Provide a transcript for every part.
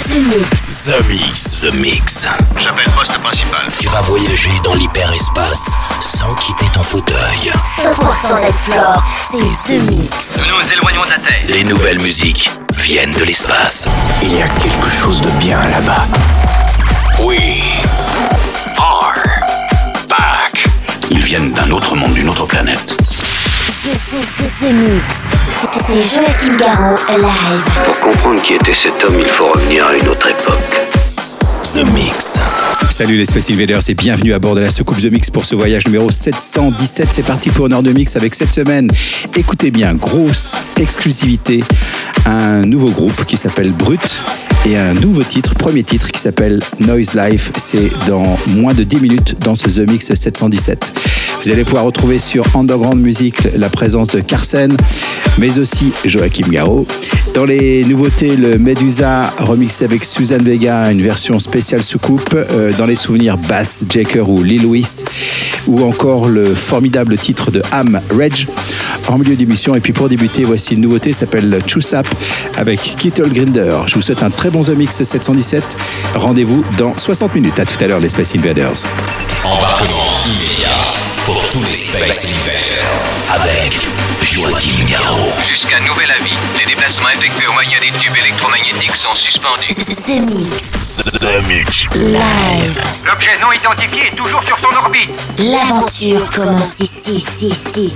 The Mix. J'appelle poste principal. Tu vas voyager dans l'hyperespace sans quitter ton fauteuil. 100% d'Explore, c'est The Mix. Nous nous éloignons de la Terre. Les nouvelles musiques viennent de l'espace. Il y a quelque chose de bien là-bas. We are back. Ils viennent d'un autre monde, d'une autre planète. The Mix. C'est Joachim Garraud live. Pour comprendre qui était cet homme, il faut revenir à une autre époque. The Mix. Salut les Space Invaders et bienvenue à bord de la soucoupe The Mix pour ce voyage numéro 717. C'est parti pour une heure de mix avec cette semaine. Écoutez bien, grosse exclusivité, un nouveau groupe qui s'appelle Brut et un nouveau titre, premier titre qui s'appelle Noise Life. C'est dans moins de 10 minutes dans ce The Mix 717. Vous allez pouvoir retrouver sur Underground Music la présence de Carsen, mais aussi Joachim Garraud. Dans les nouveautés, le Medusa remixé avec Suzanne Vega, une version spéciale soucoupe. Dans les souvenirs, Bass Jacker ou Lil Louis, ou encore le formidable titre de Am Reg en milieu d'émission. Et puis pour débuter, voici une nouveauté, s'appelle Chusap avec Kittle Grinder. Je vous souhaite un très bon The Mix 717. Rendez-vous dans 60 minutes. À tout à l'heure les Space Invaders. Embarquement immédiat pour tous les Space Invaders avec Joachim Garraud. Jusqu'à nouvel avis, les déplacements effectués au moyen des tubes électromagnétiques sont suspendus. The Mix. The Mix. Live. L'objet non identifié est toujours sur son orbite. L'aventure commence ici.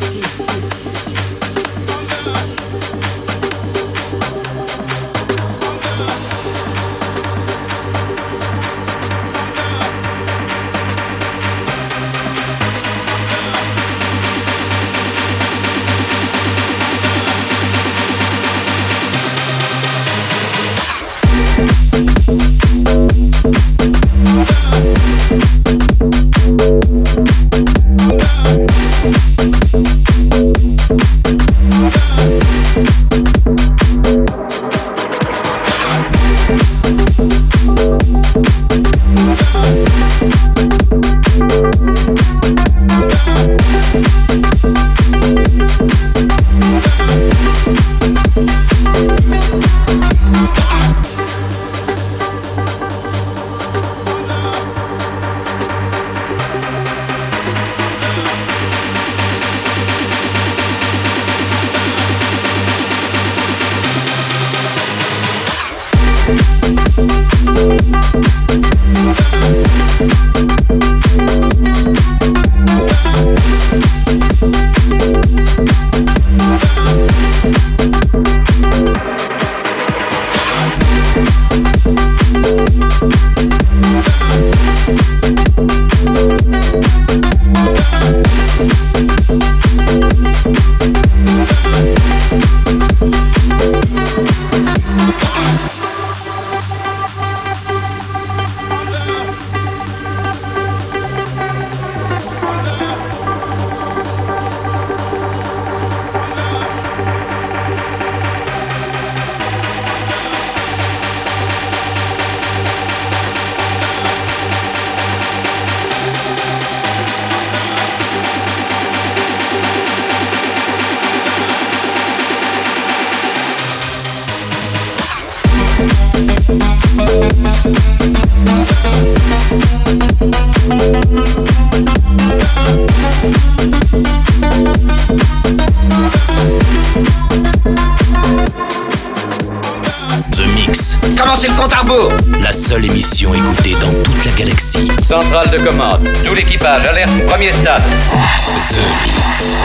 Commencez le compte à rebours. La seule émission écoutée dans toute la galaxie. Centrale de commande. Tout l'équipage, alerte, premier stade. The Mix.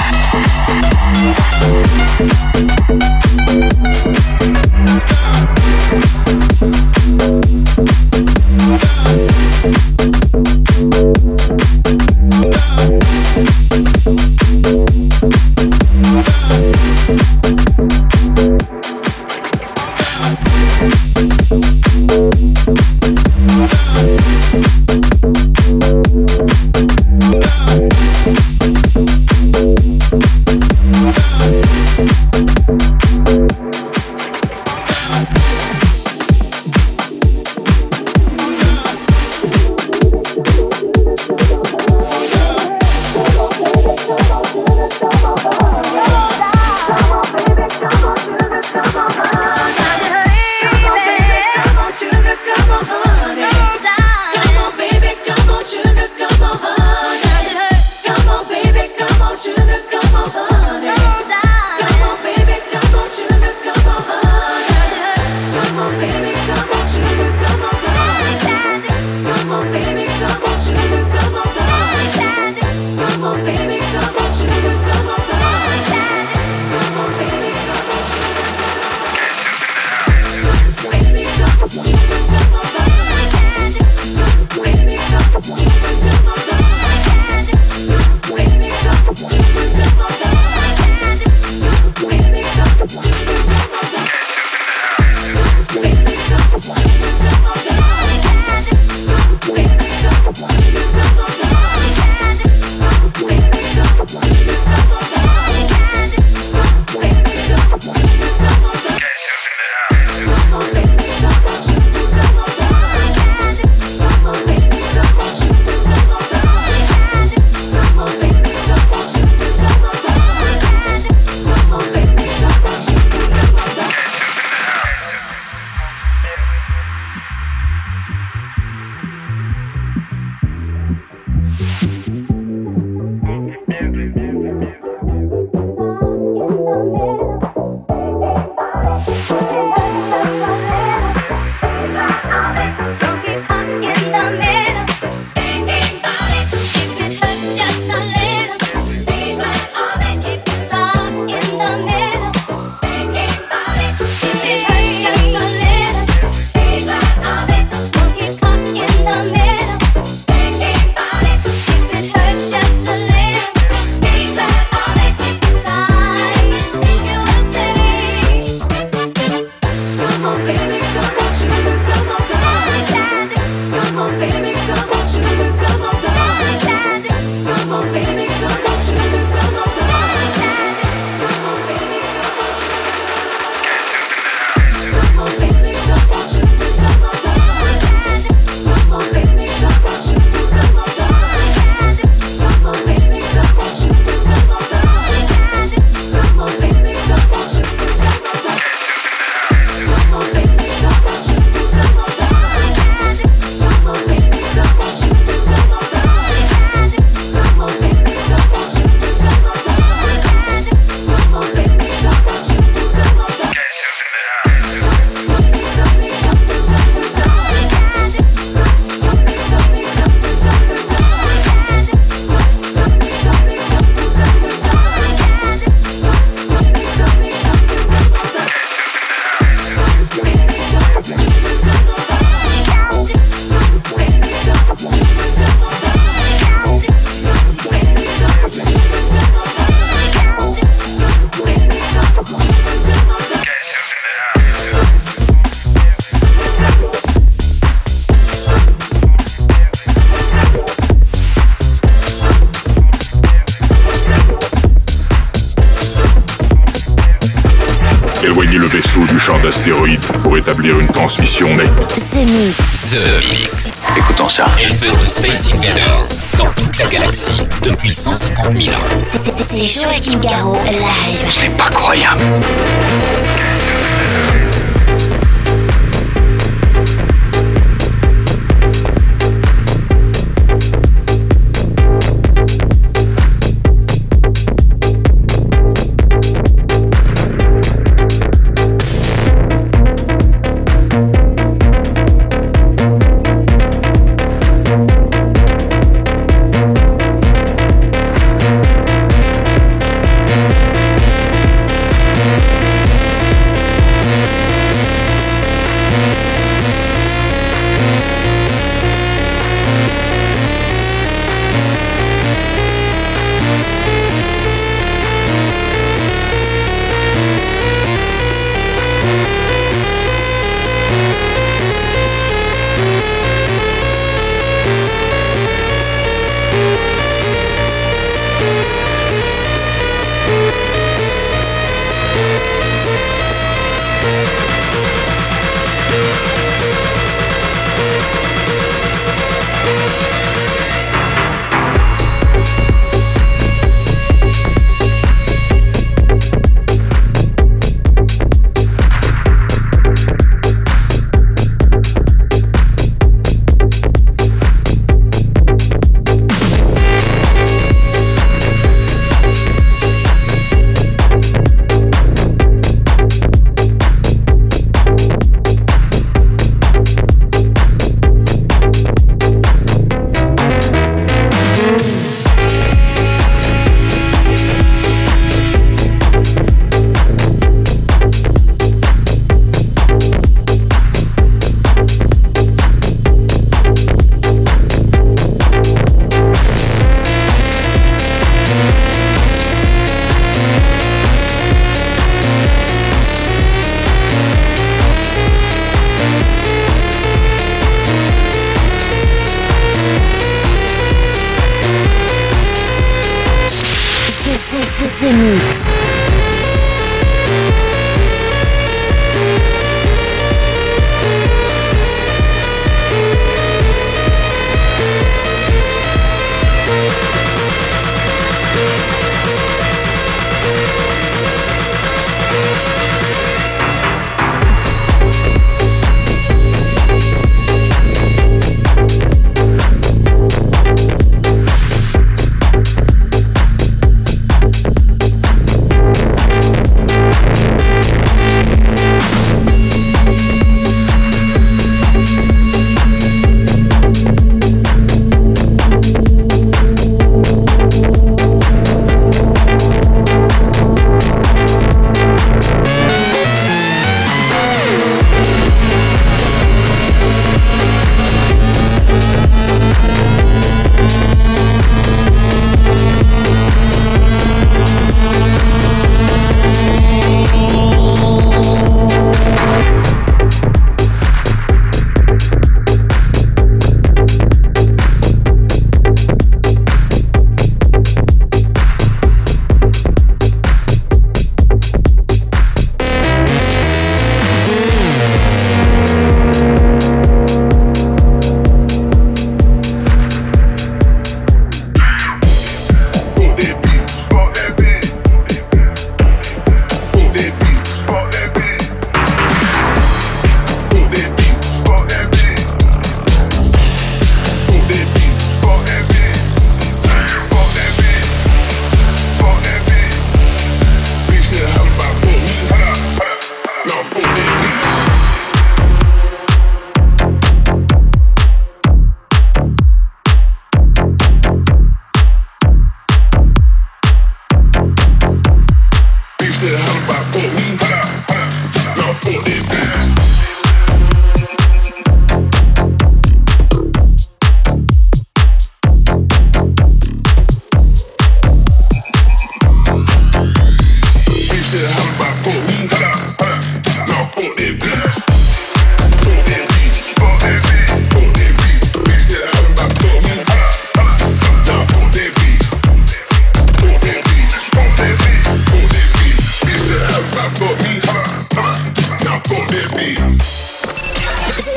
établir une transmission, mais... The Mix. The Mix. Écoutons ça. Éleveur de Space Invaders dans toute la galaxie depuis 150 000 ans. C'est Joachim Garraud live. C'est pas croyable. The Mix.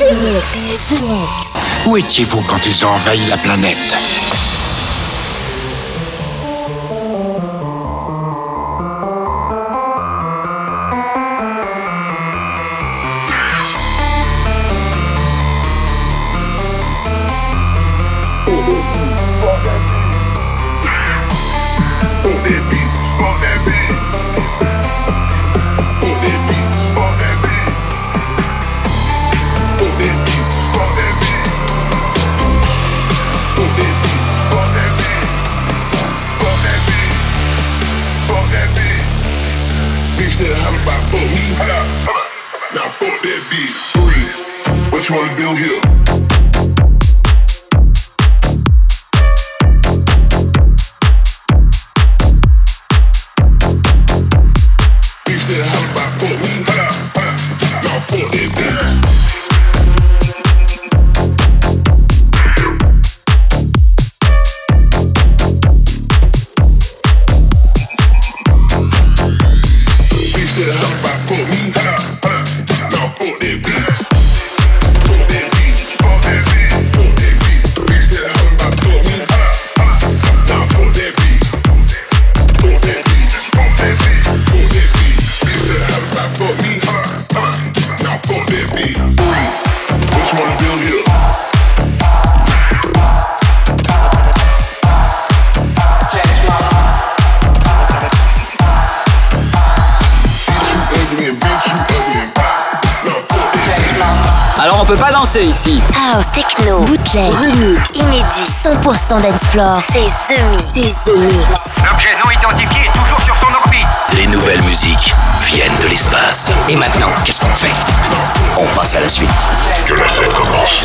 The Mix. Où étiez-vous quand ils ont envahi la planète? What you wanna do here? Alors on peut pas danser ici. House, techno, bootleg, remix, inédit, 100% dance floor. C'est The Mix. C'est The Mix. L'objet non identifié est toujours sur son orbite. Les nouvelles musiques viennent de l'espace. Et maintenant, qu'est-ce qu'on fait? On passe à la suite. Que la fête commence.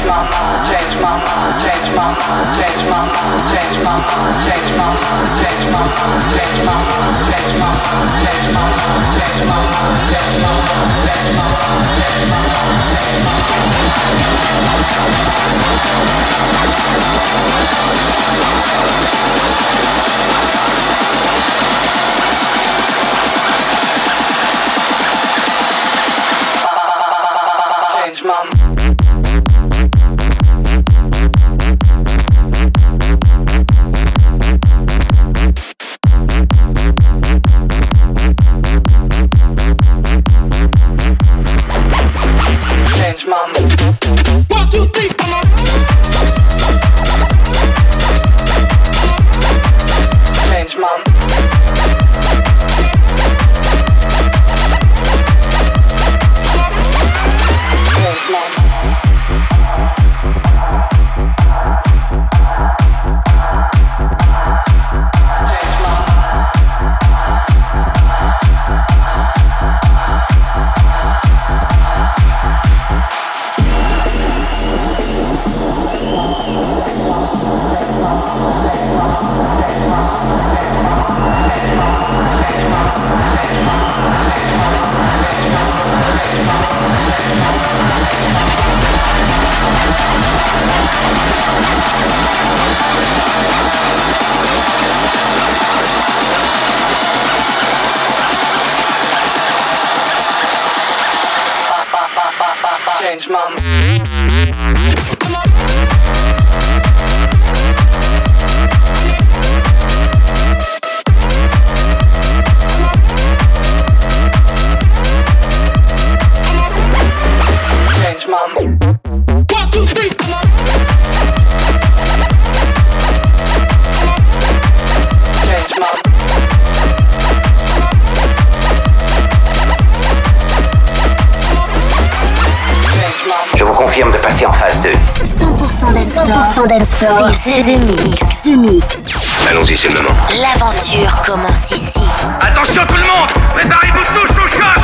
Je vous confirme de passer en phase 2. 100% dance floor. C'est The Mix. The Mix. Allons-y, c'est le moment. L'aventure commence ici. Attention tout le monde, préparez-vous tous au choc.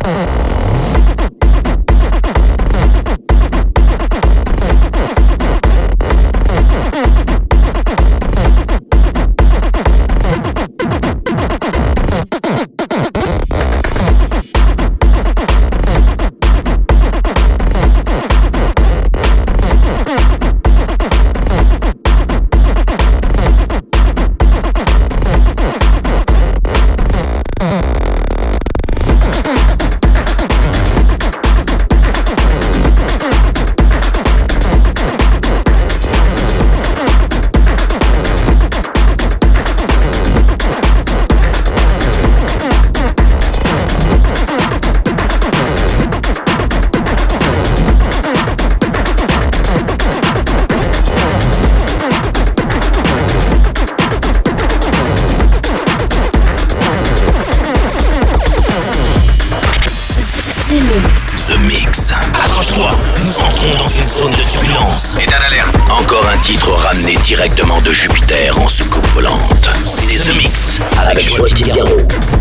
The Mix. Accroche-toi, nous entrons dans une zone de turbulence. État d'alerte. Encore un titre ramené directement de Jupiter en soucoupe volante. C'est The Mix avec Joachim Garraud.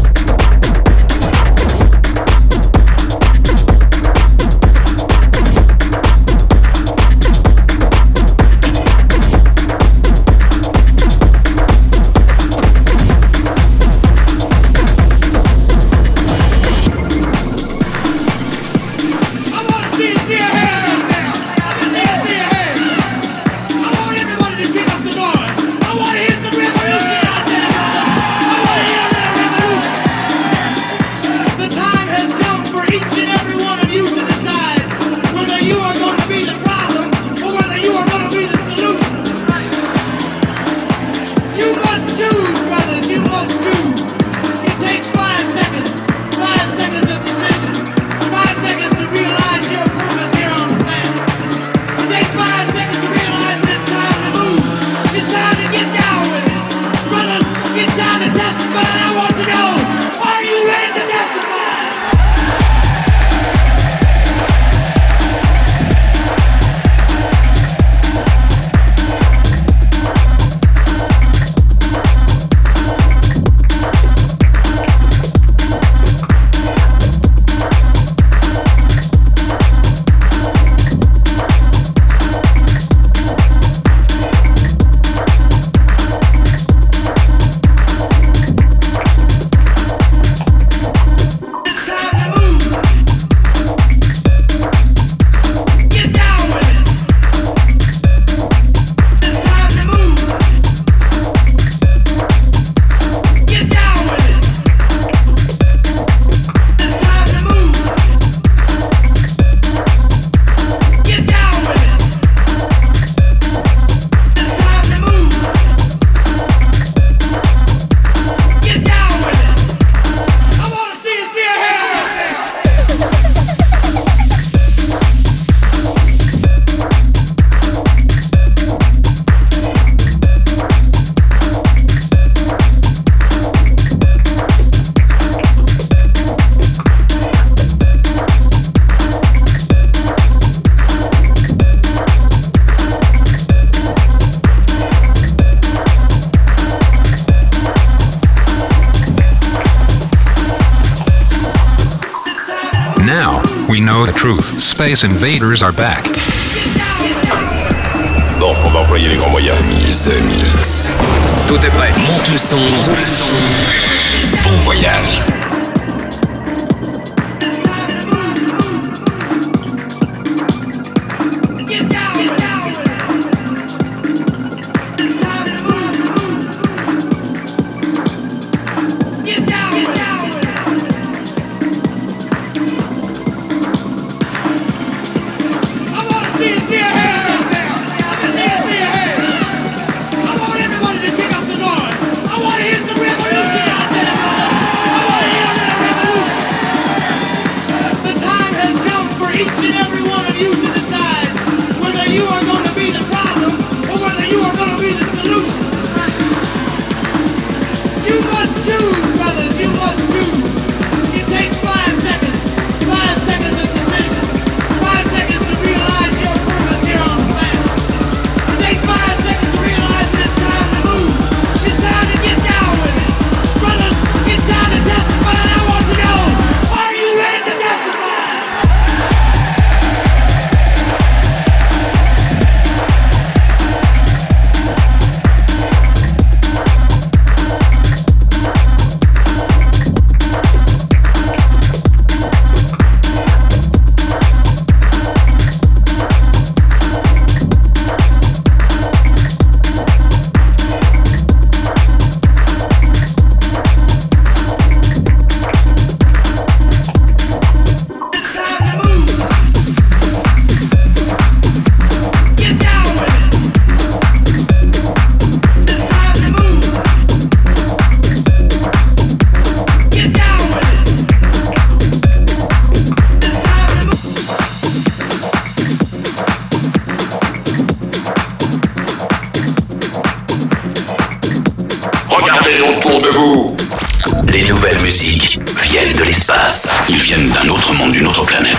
We know the truth. Space invaders are back. Bon, on va employer les grands moyens. The Mix. Tout est prêt. Monte le son. Bon voyage. I wanna hear some revolution out there. I wanna hear vous. Les nouvelles musiques viennent de l'espace. Ils viennent d'un autre monde, d'une autre planète.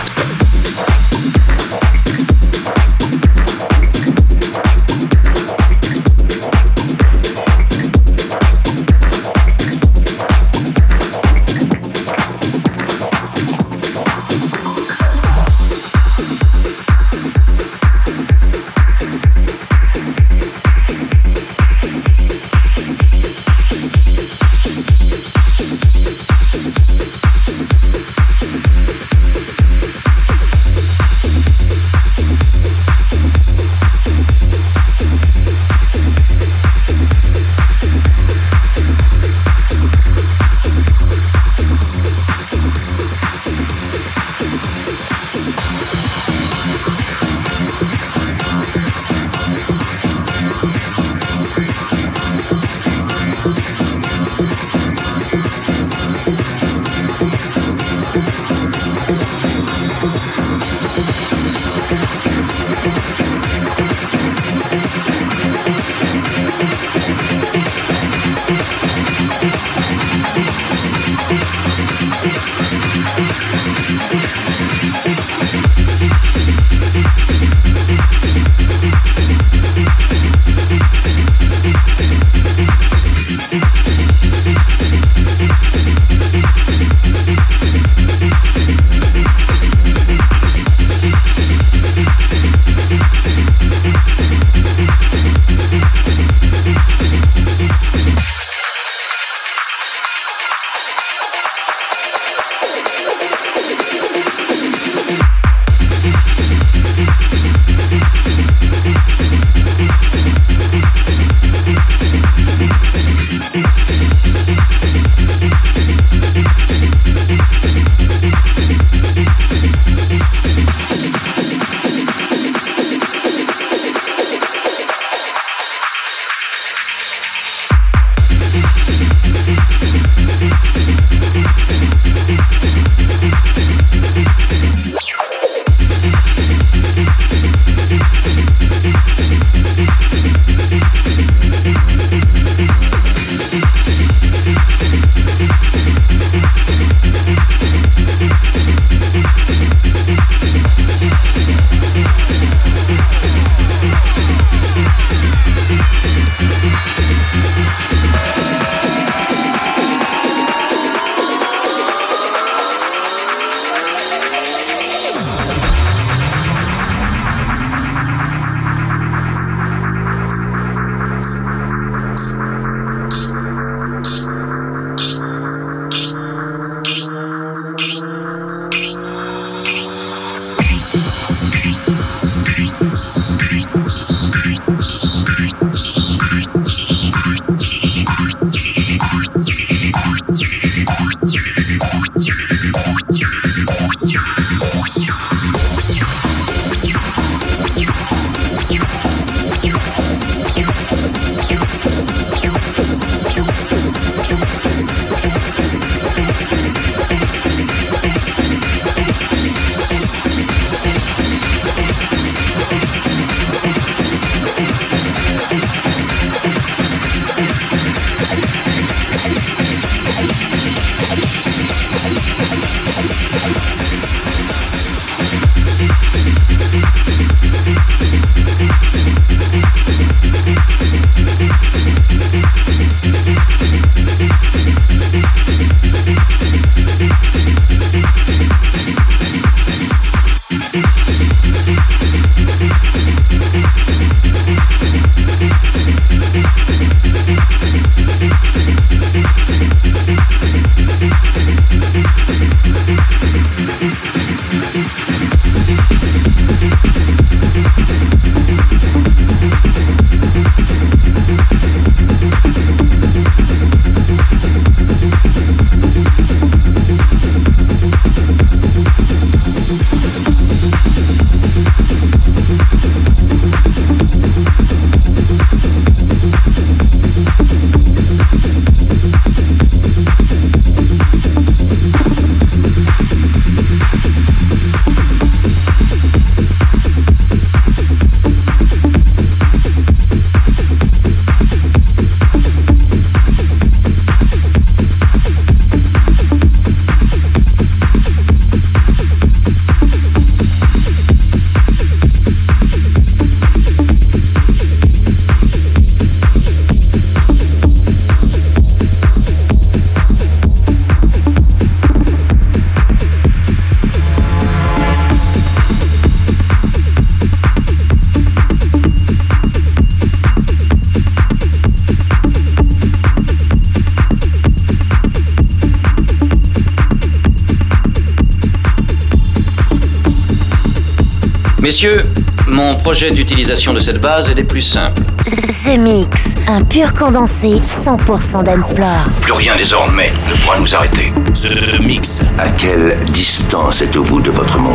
Messieurs, mon projet d'utilisation de cette base est des plus simples. The Mix, un pur condensé 100% dancefloor. Plus rien désormais ne pourra nous arrêter. The Mix. À quelle distance êtes-vous de votre monde ?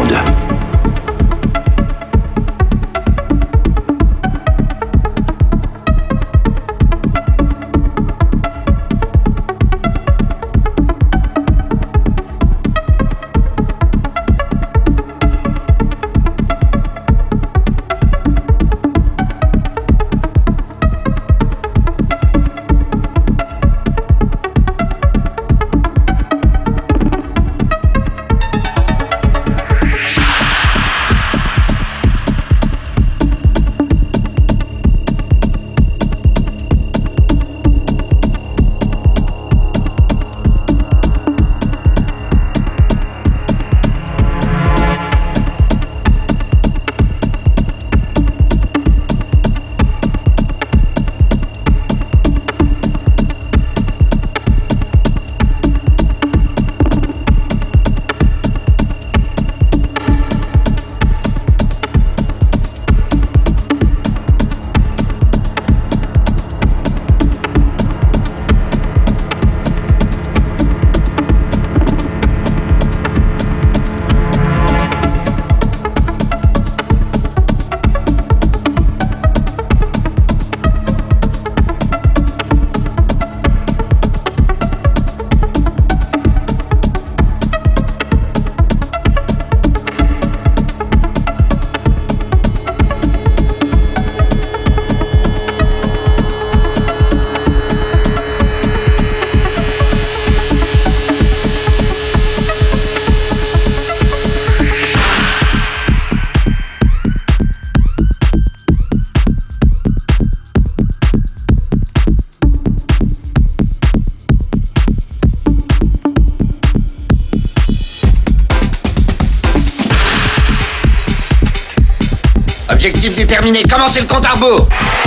Objectif déterminé, commencez le compte à rebours.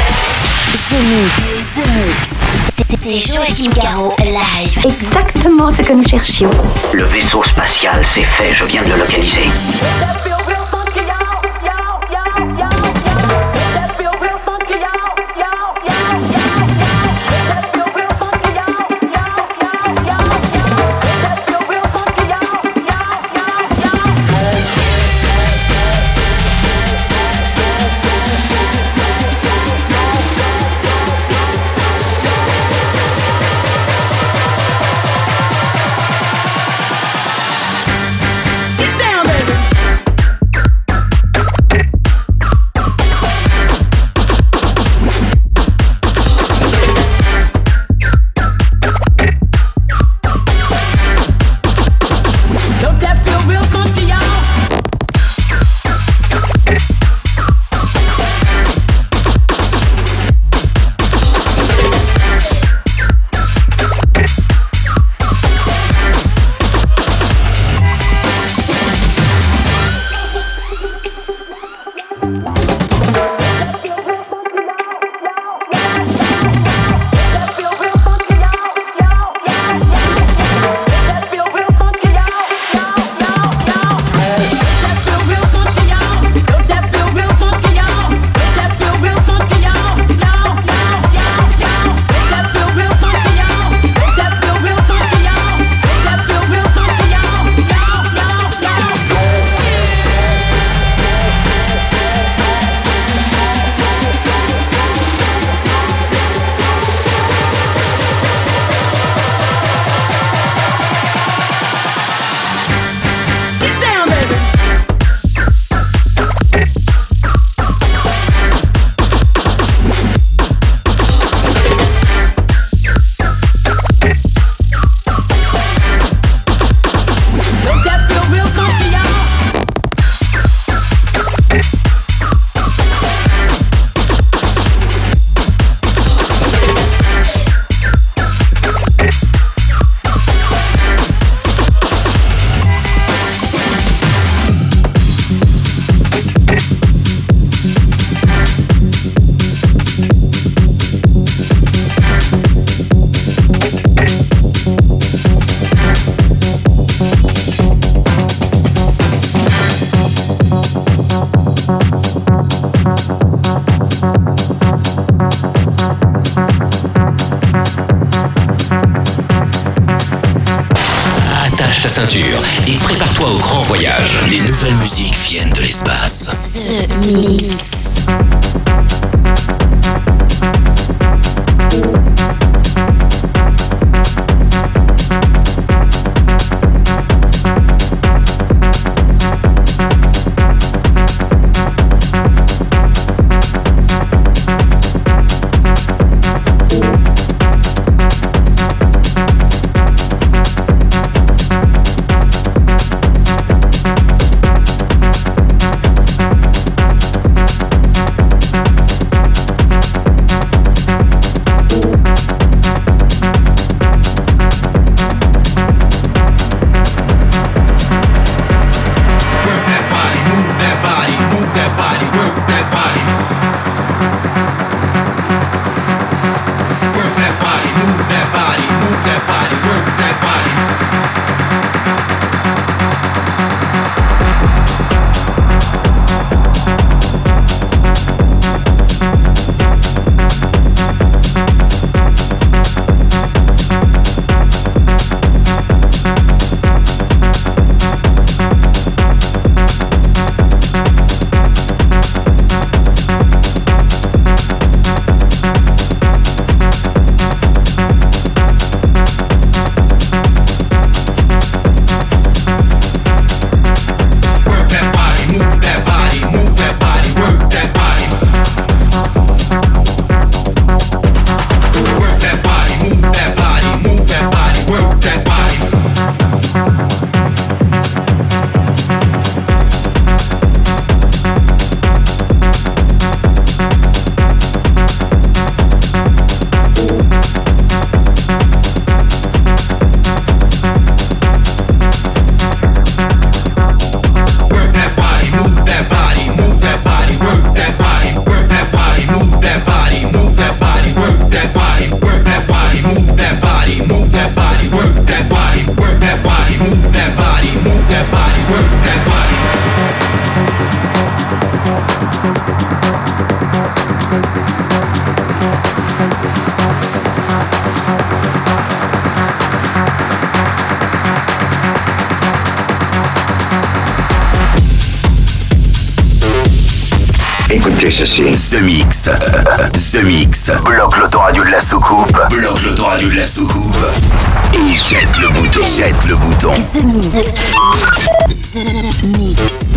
The Mix. C'est Joachim Garraud live. Exactement ce que nous cherchions. Le vaisseau spatial, c'est fait, je viens de le localiser. et prépare-toi au grand voyage. Les nouvelles musiques viennent de l'espace. The Mix. Écoutez ceci. The Mix. The Mix. Bloque l'autoradio de la soucoupe. Bloque l'autoradio de la soucoupe. Et jette le bouton. Jette le bouton. The Mix. The Mix.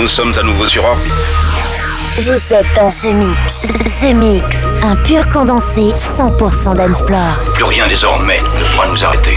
Nous sommes à nouveau sur orbite. Vous êtes dans The Mix. The Mix, un pur condensé 100% dancefloor. Plus rien désormais ne pourra nous arrêter.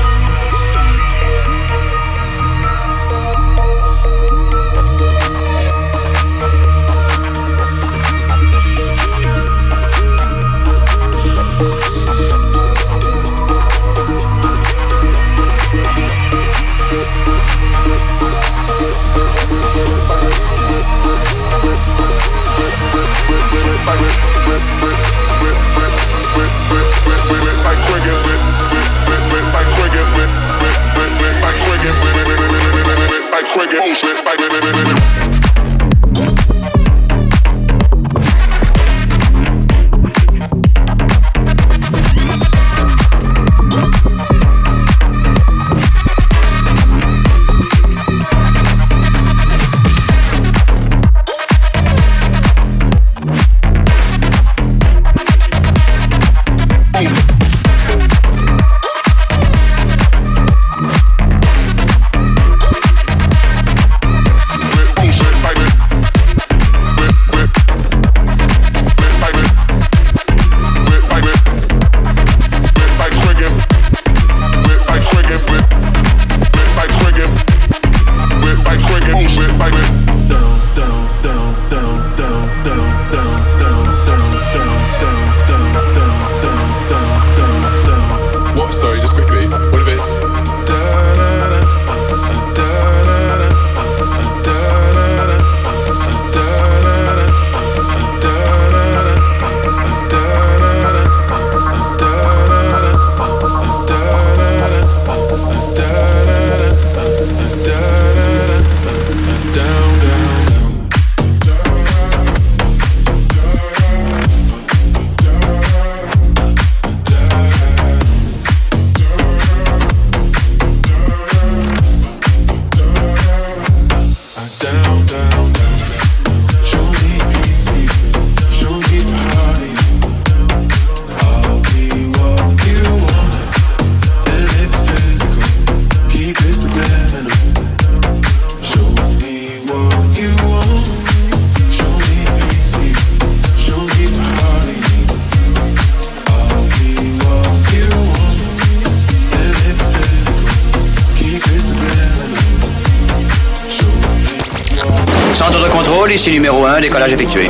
Centre de contrôle, ici numéro 1, décollage effectué.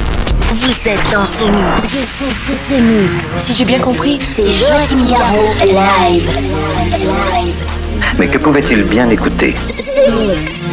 Vous êtes dans The Mix. The Mix. Si j'ai bien compris, c'est Joachim Garraud live. Mais que pouvait-il bien écouter? The Mix.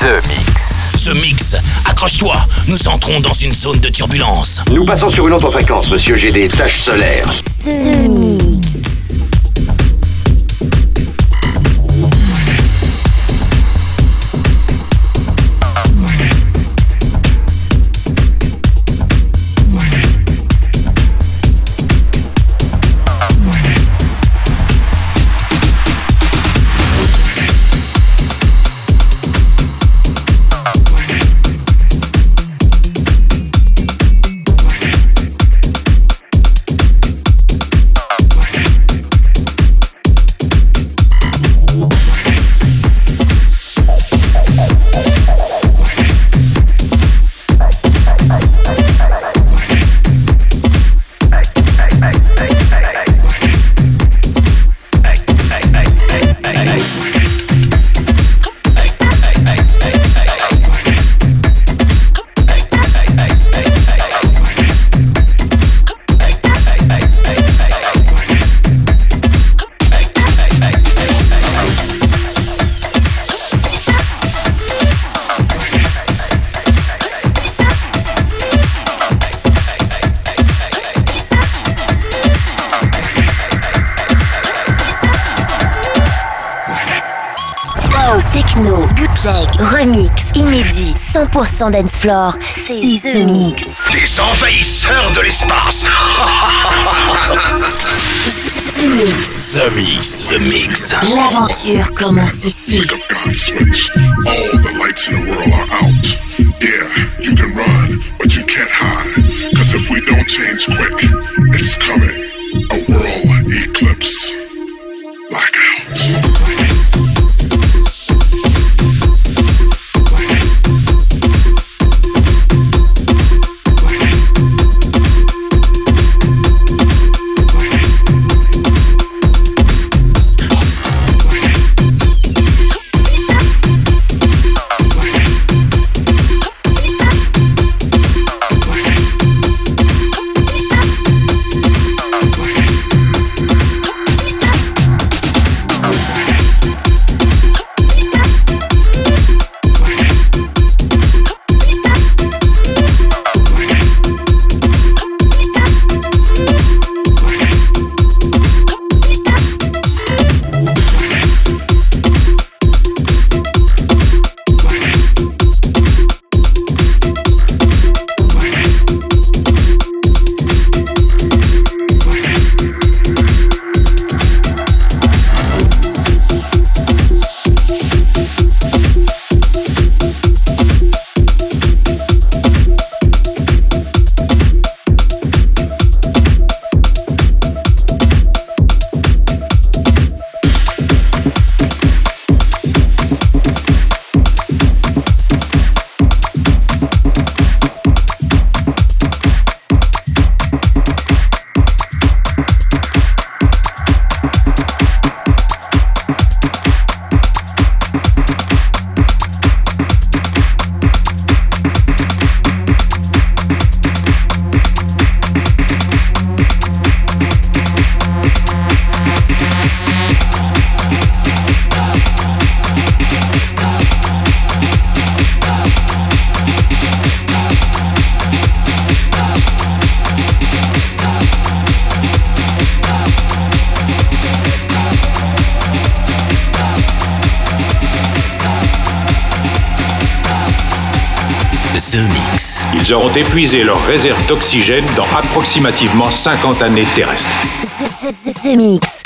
The Mix. The Mix, accroche-toi, nous entrons dans une zone de turbulence. Nous passons sur une autre fréquence, monsieur, j'ai des taches solaires. The Mix. Techno, bootleg, remix, inédit, 100% dance floor, c'est The Mix. Des envahisseurs de l'espace. The Mix. The Mix. The Mix. L'aventure commence ici. All the lights in the world are out. Yeah, you can run, but you can't hide. Cause if we don't change quick, it's coming. A world eclipse. Blackout. The Mix. Ils auront épuisé leurs réserves d'oxygène dans approximativement 50 années terrestres. The Mix.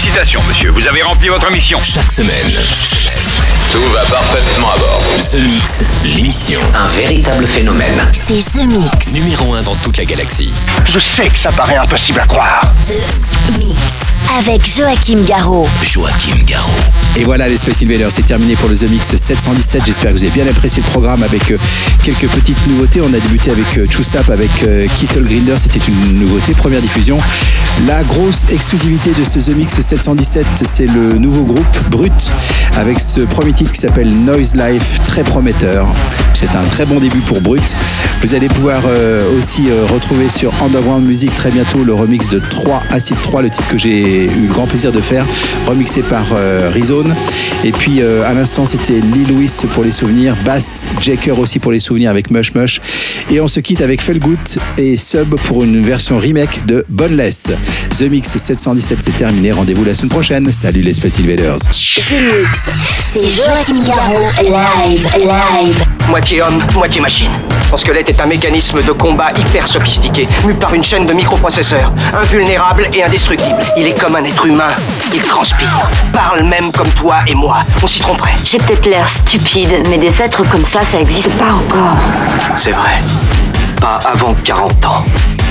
Félicitations, monsieur. Vous avez rempli votre mission. Chaque semaine, Tout va parfaitement à bord. The Mix, l'émission. Un véritable phénomène. C'est The Mix. Numéro 1 dans toute la galaxie. Je sais que ça paraît impossible à croire. The Mix. Avec Joachim Garraud. Joachim Garraud. Et voilà, les Space Invaders, c'est terminé pour le The Mix 717. J'espère que vous avez bien apprécié le programme avec quelques petites nouveautés. On a débuté avec Chusap, avec Kittle Grinder. C'était une nouveauté, première diffusion. La grosse exclusivité de ce The Mix 717, c'est le nouveau groupe Brut, avec ce premier titre qui s'appelle Noise Life, très prometteur. C'est un très bon début pour Brut. Vous allez pouvoir aussi retrouver sur Underground Music très bientôt le remix de 3 Acid 3, le titre que j'ai eu le grand plaisir de faire, remixé par Rizone. Et puis à l'instant, c'était Lee Lewis pour les souvenirs, Bass Jacker aussi pour les souvenirs avec Mush Mush. Et on se quitte avec Felgout et Sub pour une version remake de Boneless. The Mix 717, c'est terminé. Rendez-vous la semaine prochaine. Salut les Space Invaders. The Mix, c'est Joachim Garraud, live. Moitié homme, moitié machine. Son squelette est un mécanisme de combat hyper sophistiqué, mu par une chaîne de microprocesseurs, invulnérable et indestructible. Il est comme un être humain. Il transpire, parle même comme toi et moi. On s'y tromperait. J'ai peut-être l'air stupide, mais des êtres comme ça existe pas encore. C'est vrai. Pas avant 40 ans.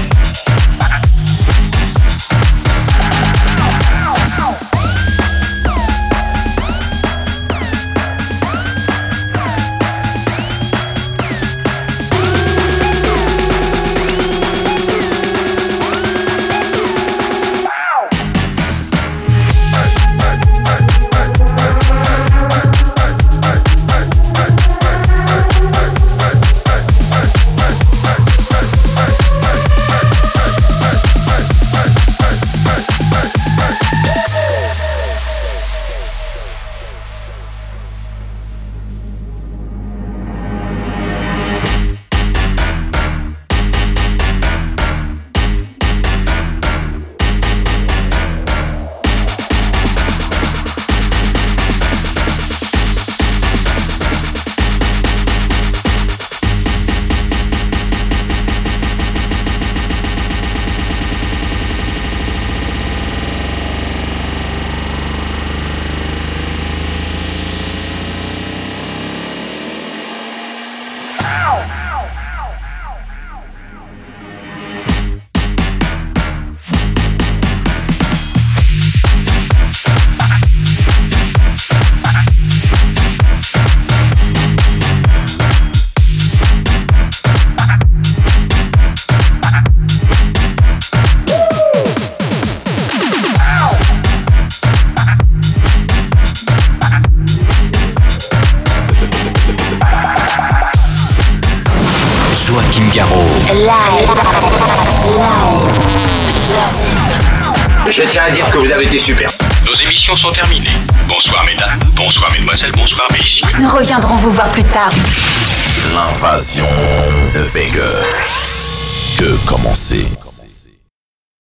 Je tiens à dire que vous avez été super. Nos émissions sont terminées. Bonsoir mesdames, bonsoir mesdemoiselles, bonsoir messieurs. Nous reviendrons vous voir plus tard. L'invasion ne fait que commencer.